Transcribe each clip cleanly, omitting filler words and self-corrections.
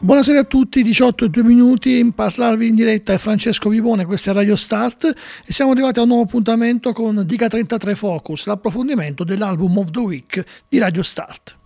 Buonasera a tutti, 18 e 2 minuti, in parlarvi in diretta è Francesco Vivone, questa è Radio Start e siamo arrivati a un nuovo appuntamento con Dica 33 Focus, l'approfondimento dell'album of the week di Radio Start.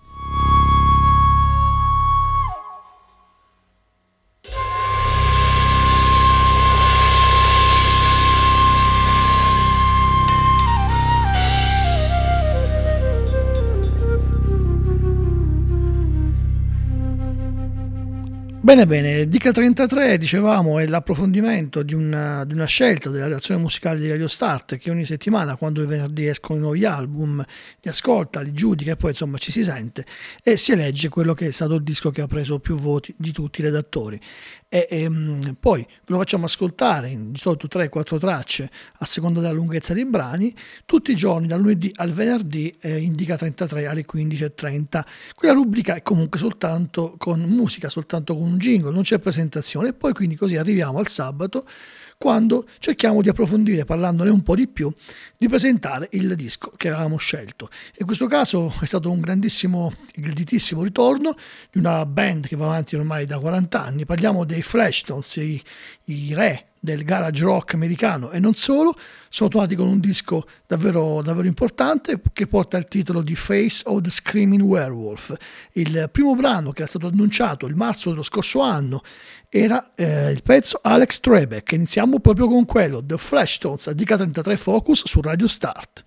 Bene, Dica 33, dicevamo, è l'approfondimento di una scelta della redazione musicale di Radio Start che ogni settimana, quando il venerdì escono i nuovi album, li ascolta, li giudica e poi insomma ci si sente e si elegge quello che è stato il disco che ha preso più voti di tutti i redattori. Poi ve lo facciamo ascoltare di solito 3-4 tracce a seconda della lunghezza dei brani, tutti i giorni dal lunedì al venerdì in Dica 33 alle 15:30. Quella rubrica è comunque soltanto con musica, soltanto con un jingle, non c'è presentazione e poi quindi così arriviamo al sabato quando cerchiamo di approfondire, parlandone un po' di più, di presentare il disco che avevamo scelto. In questo caso è stato un graditissimo ritorno di una band che va avanti ormai da 40 anni, parliamo dei Fleshtones, i re del garage rock americano e non solo. Sono tornati con un disco davvero importante che porta il titolo di Face of the Screaming Werewolf. Il primo brano che era stato annunciato il marzo dello scorso anno era il pezzo Alex Trebek. Iniziamo proprio con quello, The Fleshtones a Dica 33 Focus su Radio Start.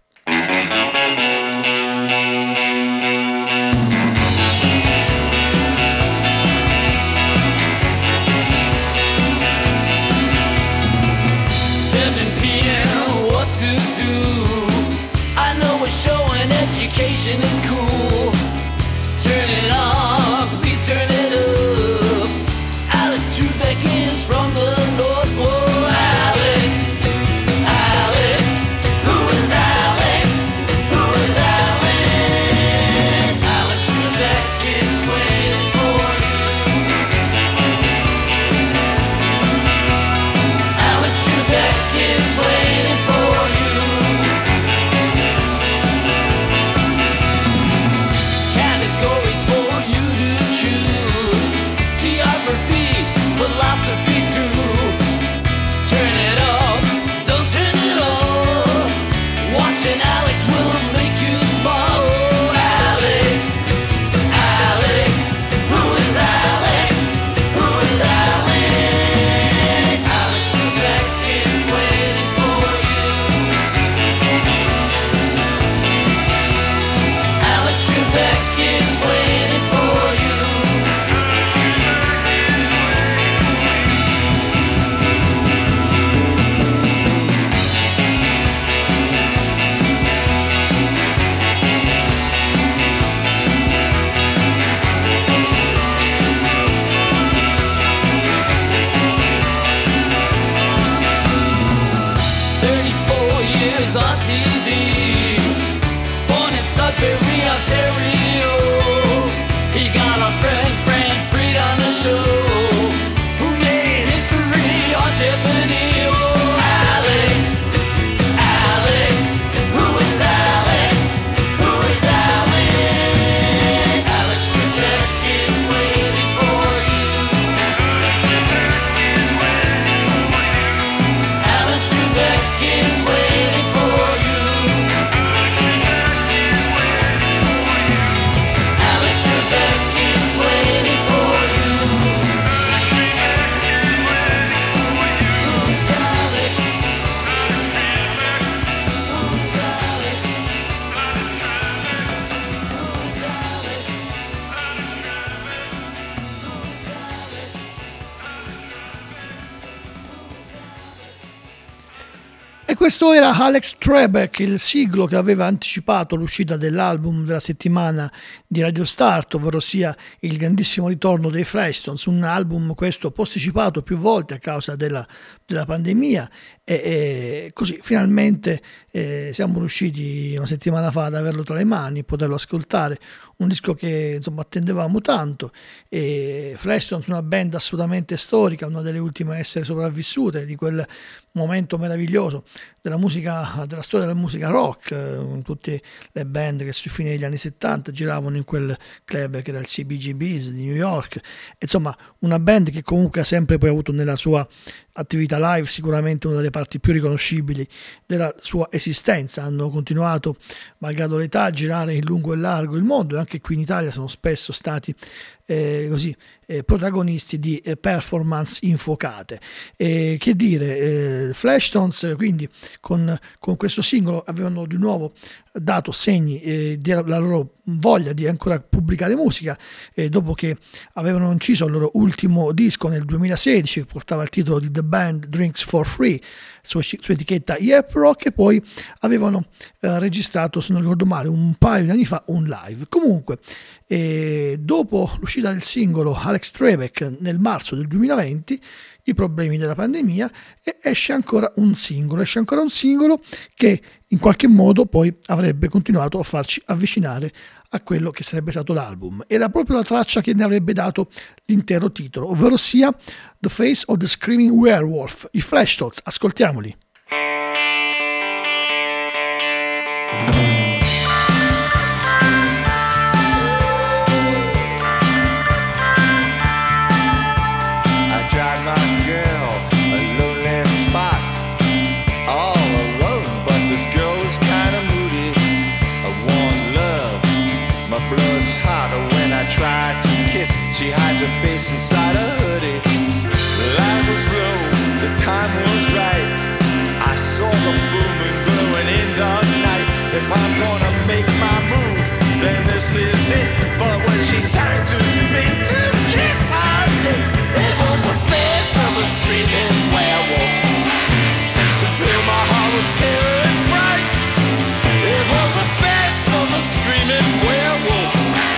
Education is cool. Turn it on, please turn it up. Alex Trebek is from the North Pole. Alex, who is Alex? Who is Alex? Alex Trebek is waiting for you. Alex Trebek is waiting for you. Questo era Alex Trebek, il siglo che aveva anticipato l'uscita dell'album della settimana di Radio Start, ovvero sia il grandissimo ritorno dei Fleshtones, un album questo posticipato più volte a causa della pandemia e così finalmente siamo riusciti una settimana fa ad averlo tra le mani, poterlo ascoltare un disco che insomma attendevamo tanto, e Fleshtones, una band assolutamente storica, una delle ultime a essere sopravvissute di quel momento meraviglioso della musica, della storia della musica rock, con tutte le band che sui fine degli anni 70 giravano in quel club che era il CBGB's di New York. Insomma, una band che comunque ha sempre poi avuto nella sua attività live sicuramente una delle parti più riconoscibili della sua esistenza. Hanno continuato, malgrado l'età, a girare in lungo e largo il mondo, e anche qui in Italia sono spesso stati protagonisti di performance infuocate. Che dire, Fleshtones quindi con questo singolo avevano di nuovo dato segni della loro voglia di ancora pubblicare musica, dopo che avevano inciso il loro ultimo disco nel 2016 che portava il titolo di The Band Drinks for Free su etichetta Yep Rock, e poi avevano registrato, se non ricordo male, un paio di anni fa un live. Comunque, dopo l'uscita del singolo Alex Trebek nel marzo del 2020, i problemi della pandemia, e esce ancora un singolo che in qualche modo poi avrebbe continuato a farci avvicinare a quello che sarebbe stato l'album. Era proprio la traccia che ne avrebbe dato l'intero titolo, ovvero sia The Face of the Screaming Werewolf, i Fleshtones. Ascoltiamoli. Tried to kiss, she hides her face inside a hoodie. The light was low, the time was right. I saw the full moon glowing in the night. If I'm gonna make my move, then this is it. But when she turned to me to kiss her lips, it was the face of a screaming werewolf. To fill my heart with terror and fright. It was the face of a screaming werewolf.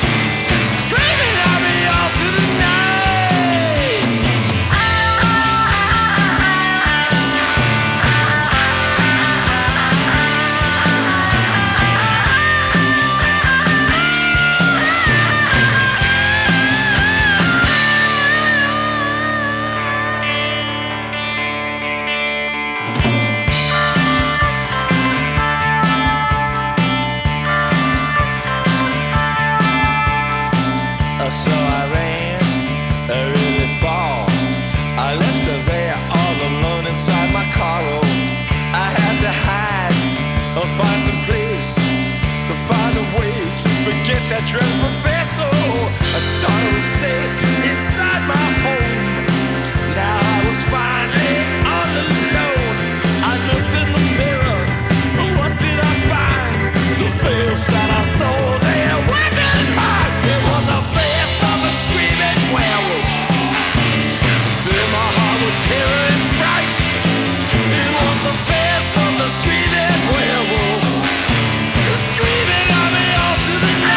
That dreadful face, oh, I thought it was safe inside my home. Now I was finally all alone. I looked in the mirror, but what did I find? The face that I saw there wasn't mine. It was a face of a screaming werewolf. Fill my heart with terror and fright. It was the face of the screaming werewolf. Screaming at me all through the night.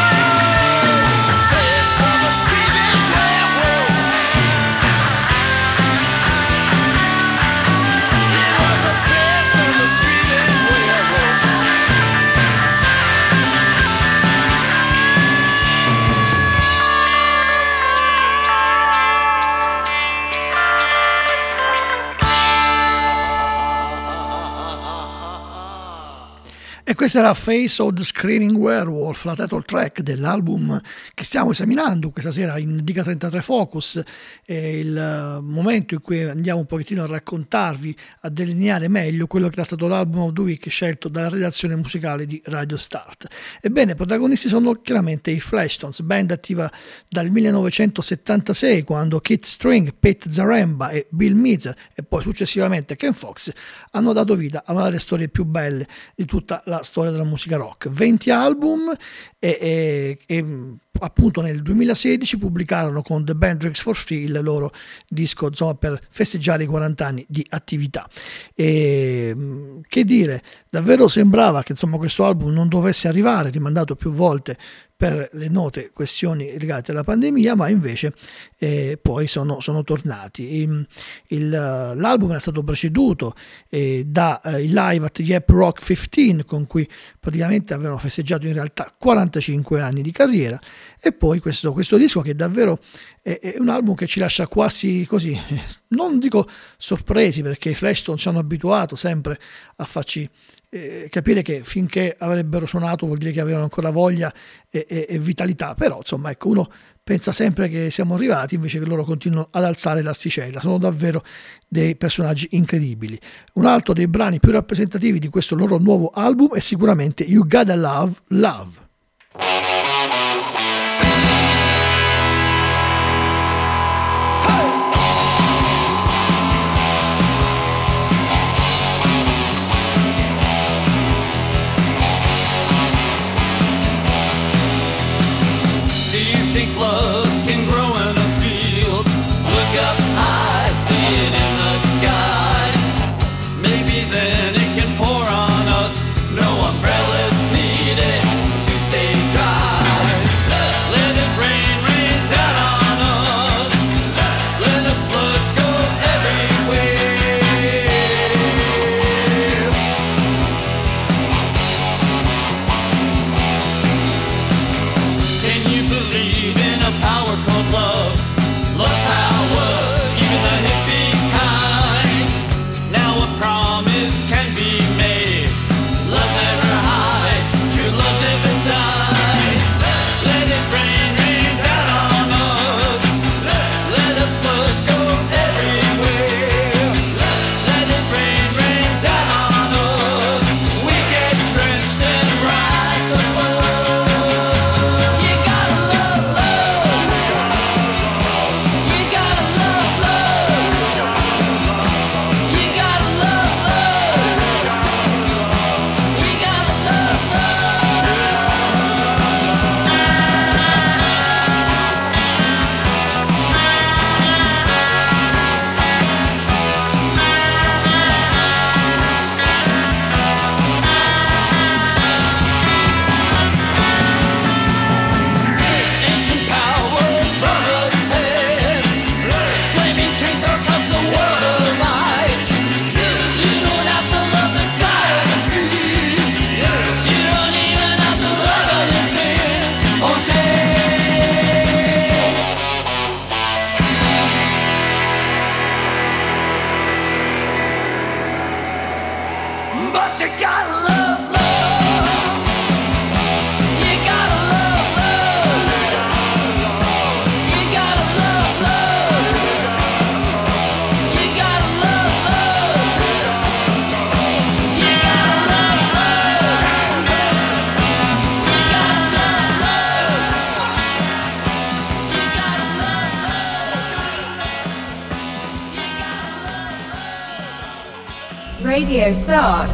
E questa era Face of the Screaming Werewolf, la title track dell'album che stiamo esaminando questa sera in Dica 33 Focus. È il momento in cui andiamo un pochettino a raccontarvi, a delineare meglio quello che era stato l'album of the week scelto dalla redazione musicale di Radio Start. Ebbene, protagonisti sono chiaramente i Fleshtones, band attiva dal 1976, quando Keith String, Pete Zaremba e Bill Meazer, e poi successivamente Ken Fox, hanno dato vita a una delle storie più belle di tutta la storia della musica rock. 20 album e appunto nel 2016 pubblicarono con The Band Drinks for Free il loro disco, insomma, per festeggiare i 40 anni di attività. E che dire, davvero sembrava che insomma questo album non dovesse arrivare, rimandato più volte per le note questioni legate alla pandemia, ma invece poi sono tornati. L'album è stato preceduto da il live at Yep Rock 15, con cui praticamente avevano festeggiato in realtà 45 anni di carriera, e poi questo disco che davvero è un album che ci lascia quasi così, non dico sorpresi, perché i Fleshton ci hanno abituato sempre a farci capire che finché avrebbero suonato vuol dire che avevano ancora voglia e vitalità, però insomma, ecco, uno pensa sempre che siamo arrivati, invece che loro continuano ad alzare l'asticella. Sono davvero dei personaggi incredibili. Un altro dei brani più rappresentativi di questo loro nuovo album è sicuramente You Gotta Love Love. Think love can grow in a field. Look up high, see it in the sky. Maybe then it can pour on us. No umbrellas needed to stay dry. Let it rain, rain down on us. Let the flood go everywhere. Can you believe in a power called love? Love power, even the hippie kind. Now a promise can be made. Love never hides, true love never dies. Let it rain, rain down on us. Let the flood go everywhere. Let it rain, rain down on us. We get drenched and rise above. You gotta love love. You gotta love love. You gotta love love. You gotta love ancient power from the past. Flaming chains are cups of water life. You don't have to love the sky or the sea. You don't even have to love anything. Okay. But you gotta love love. You gotta love love. You gotta love love. You gotta love love. You gotta love love. You gotta love love. You gotta love love. Radio start.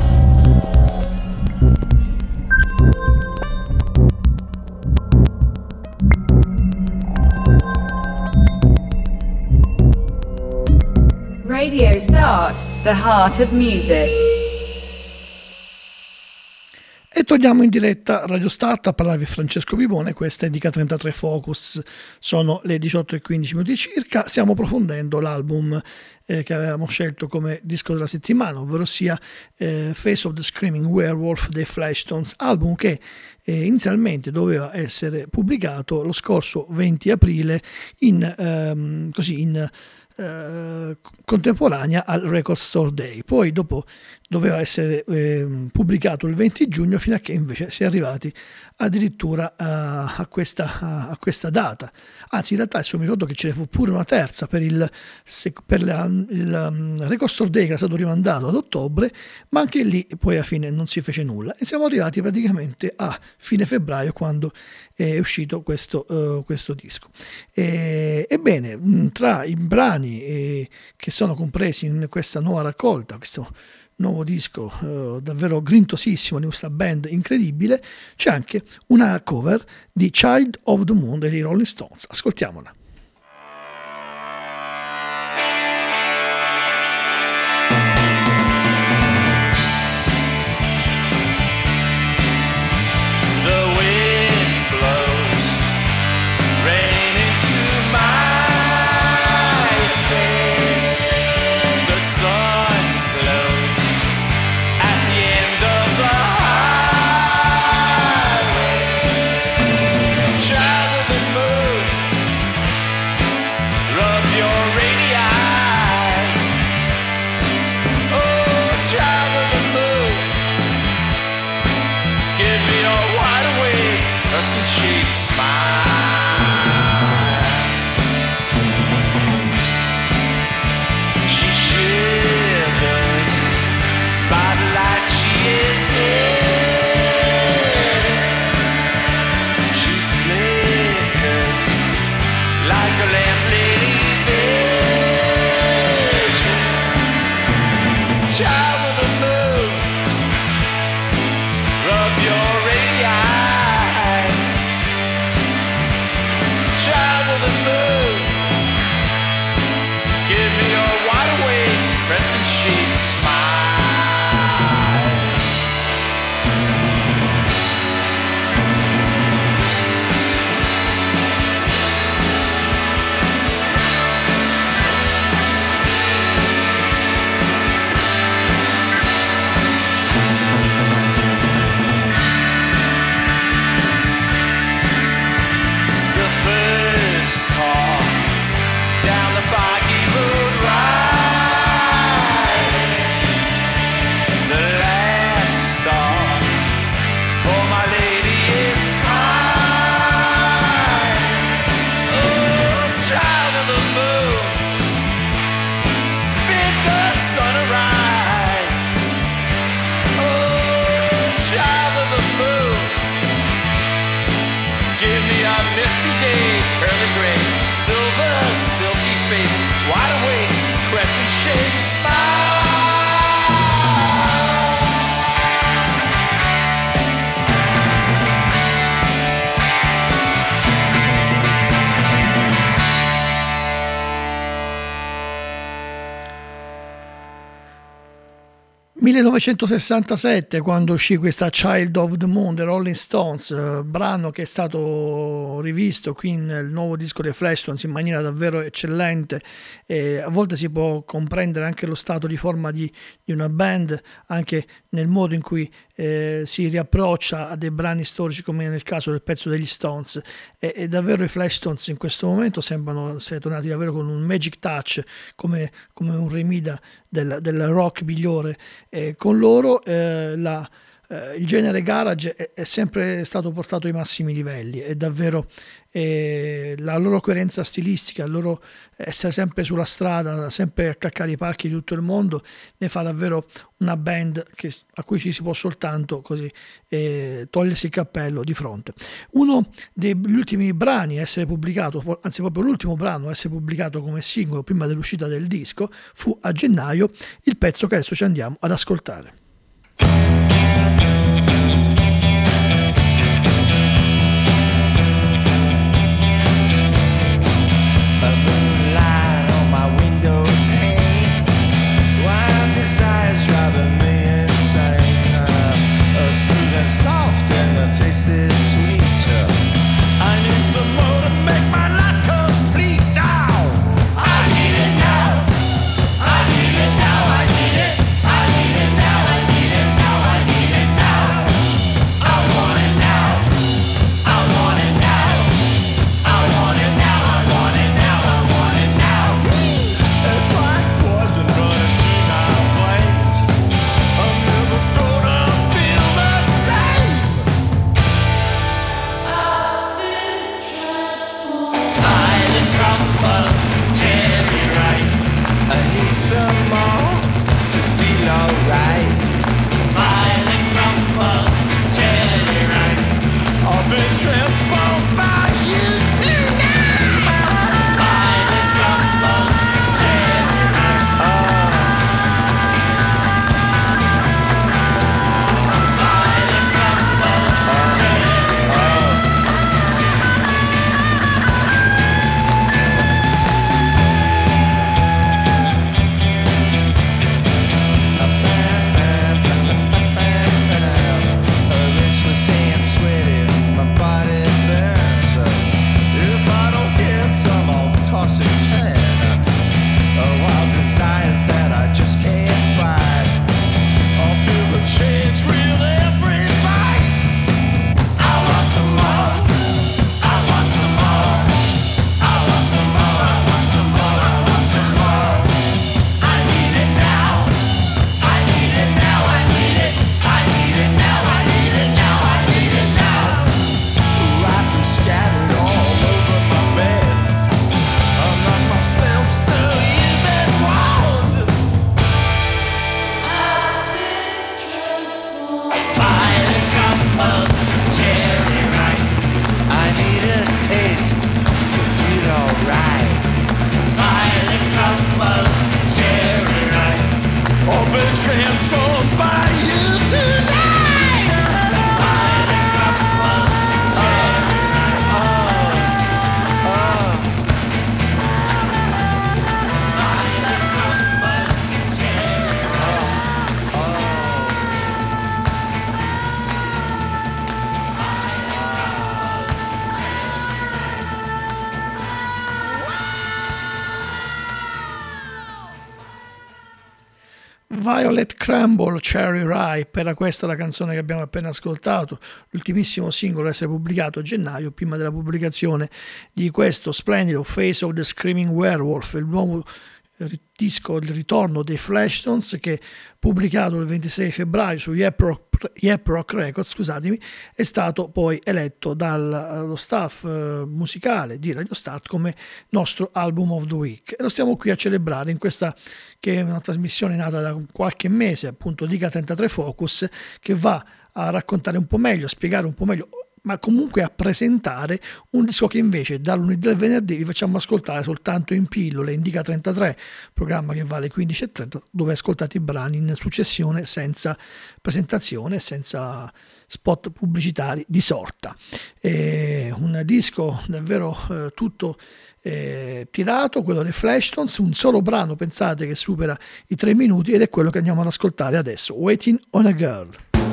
Radio start, the heart of music. E torniamo in diretta a Radio Start a parlarvi Francesco Pipone. Questa è Dica 33 Focus, sono le 18:15 circa. Stiamo approfondendo l'album che avevamo scelto come disco della settimana, ovvero sia Face of the Screaming Werewolf dei Fleshtones, album che inizialmente doveva essere pubblicato lo scorso 20 aprile in contemporanea al Record Store Day, poi dopo doveva essere pubblicato il 20 giugno, fino a che invece si è arrivati addirittura a questa data. Anzi, in realtà adesso mi ricordo che ce ne fu pure una terza per il Record Store Day, che era stato rimandato ad ottobre, ma anche lì poi alla fine non si fece nulla, e siamo arrivati praticamente a fine febbraio, quando è uscito questo disco. Ebbene, tra i brani che sono compresi in questa nuova raccolta, questo nuovo disco davvero grintosissimo di questa band incredibile, c'è anche una cover di Child of the Moon dei Rolling Stones. Ascoltiamola. Nel 1967, quando uscì questa Child of the Moon dei Rolling Stones, brano che è stato rivisto qui nel nuovo disco dei Fleshtones in maniera davvero eccellente, a volte si può comprendere anche lo stato di forma di una band anche nel modo in cui si riapproccia a dei brani storici, come nel caso del pezzo degli Stones, e davvero i Fleshtones in questo momento sembrano essere tornati davvero con un magic touch, come un remida del rock migliore. Con loro il genere garage è sempre stato portato ai massimi livelli, è davvero la loro coerenza stilistica, il loro essere sempre sulla strada, sempre a calcare i palchi di tutto il mondo, ne fa davvero una band a cui ci si può soltanto così togliersi il cappello di fronte. Uno degli ultimi brani a essere pubblicato, anzi proprio l'ultimo brano a essere pubblicato come singolo prima dell'uscita del disco, fu a gennaio il pezzo che adesso ci andiamo ad ascoltare. Driving me insane, smooth and soft and the taste is sweet. I need some more to make my life complete. I need it now. I need it now. I need it. I need it now. Violet Crumble, Cherry Ripe, era questa la canzone che abbiamo appena ascoltato, l'ultimissimo singolo a essere pubblicato a gennaio, prima della pubblicazione di questo splendido Face of the Screaming Werewolf, il nuovo disco, il ritorno dei Flashstones, che pubblicato il 26 febbraio su Yep Rock Records, scusatemi, è stato poi eletto dallo staff musicale di Radio Start come nostro album of the week, e lo stiamo qui a celebrare in questa che è una trasmissione nata da qualche mese, appunto Dica 33 Focus, che va a raccontare un po' meglio, a spiegare un po' meglio, ma comunque a presentare un disco che invece dal lunedì al venerdì vi facciamo ascoltare soltanto in pillole, Indica 33, programma che vale 15,30, dove ascoltate i brani in successione senza presentazione, senza spot pubblicitari di sorta. È un disco davvero tutto tirato, quello dei Flashstones, un solo brano, pensate, che supera i 3 minuti, ed è quello che andiamo ad ascoltare adesso, Waiting on a Girl.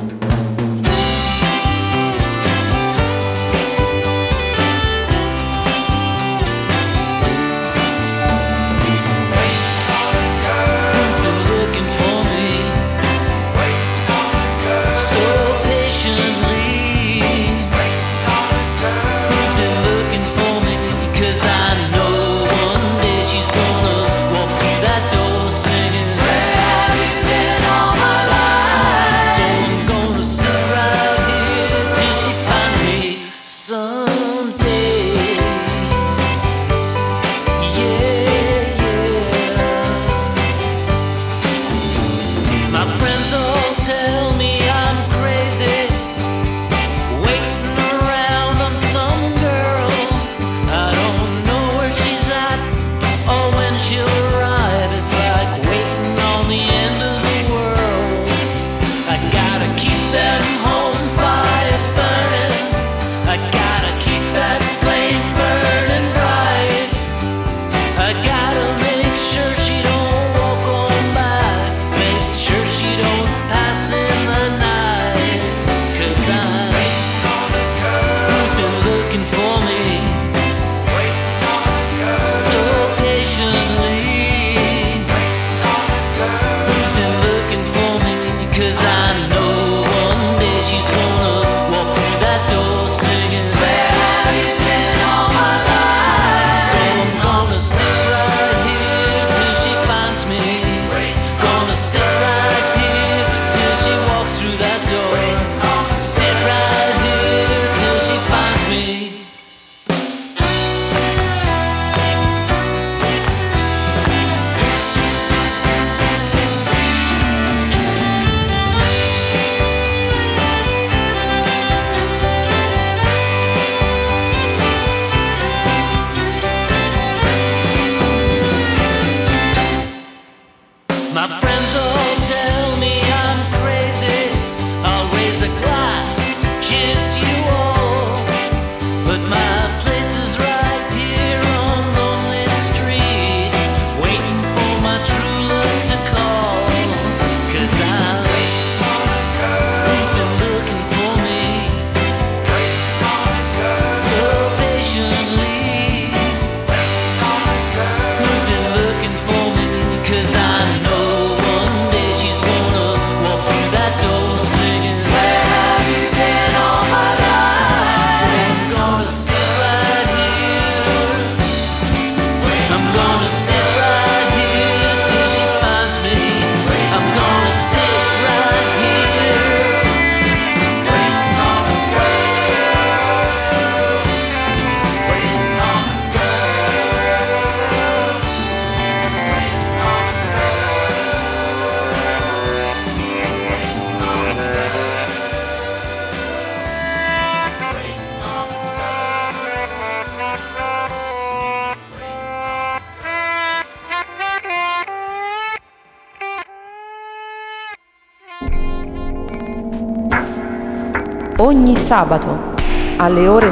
Ogni sabato alle ore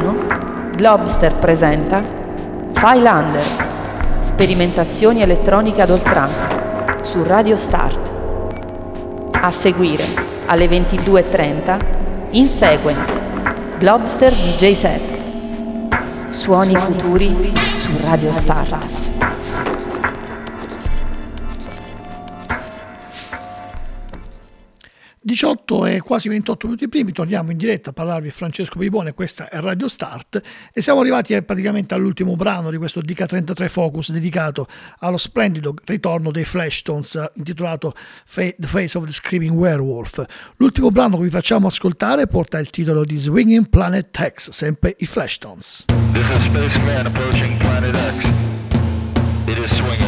21 Globster presenta Phylander, sperimentazioni elettroniche ad oltranza su Radio Start. A seguire alle 22:30 In Sequence Globster DJ Set. Suoni futuri su Radio Start. 18 e quasi 28 minuti primi, torniamo in diretta a parlarvi Francesco Pipone, questa è Radio Start e siamo arrivati praticamente all'ultimo brano di questo DK33 Focus dedicato allo splendido ritorno dei Fleshtones intitolato The Face of the Screaming Werewolf. L'ultimo brano che vi facciamo ascoltare porta il titolo di Swinging Planet X, sempre i Fleshtones. This is Spaceman approaching Planet X. It is swinging.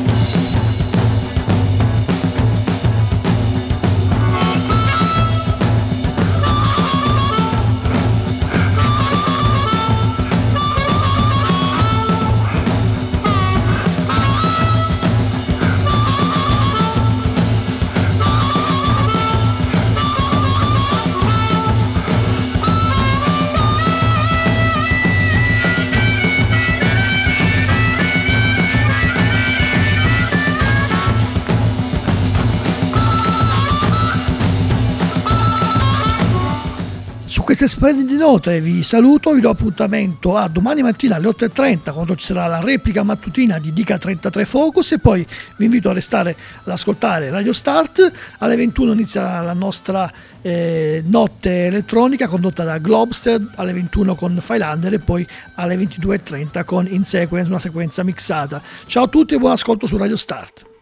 Queste splendide note vi saluto, vi do appuntamento a domani mattina alle 8:30 quando ci sarà la replica mattutina di DK33 Focus e poi vi invito a restare ad ascoltare Radio Start. Alle 21 inizia la nostra notte elettronica condotta da Globster, alle 21 con Filander e poi alle 22:30 con In Sequence, una sequenza mixata. Ciao a tutti e buon ascolto su Radio Start.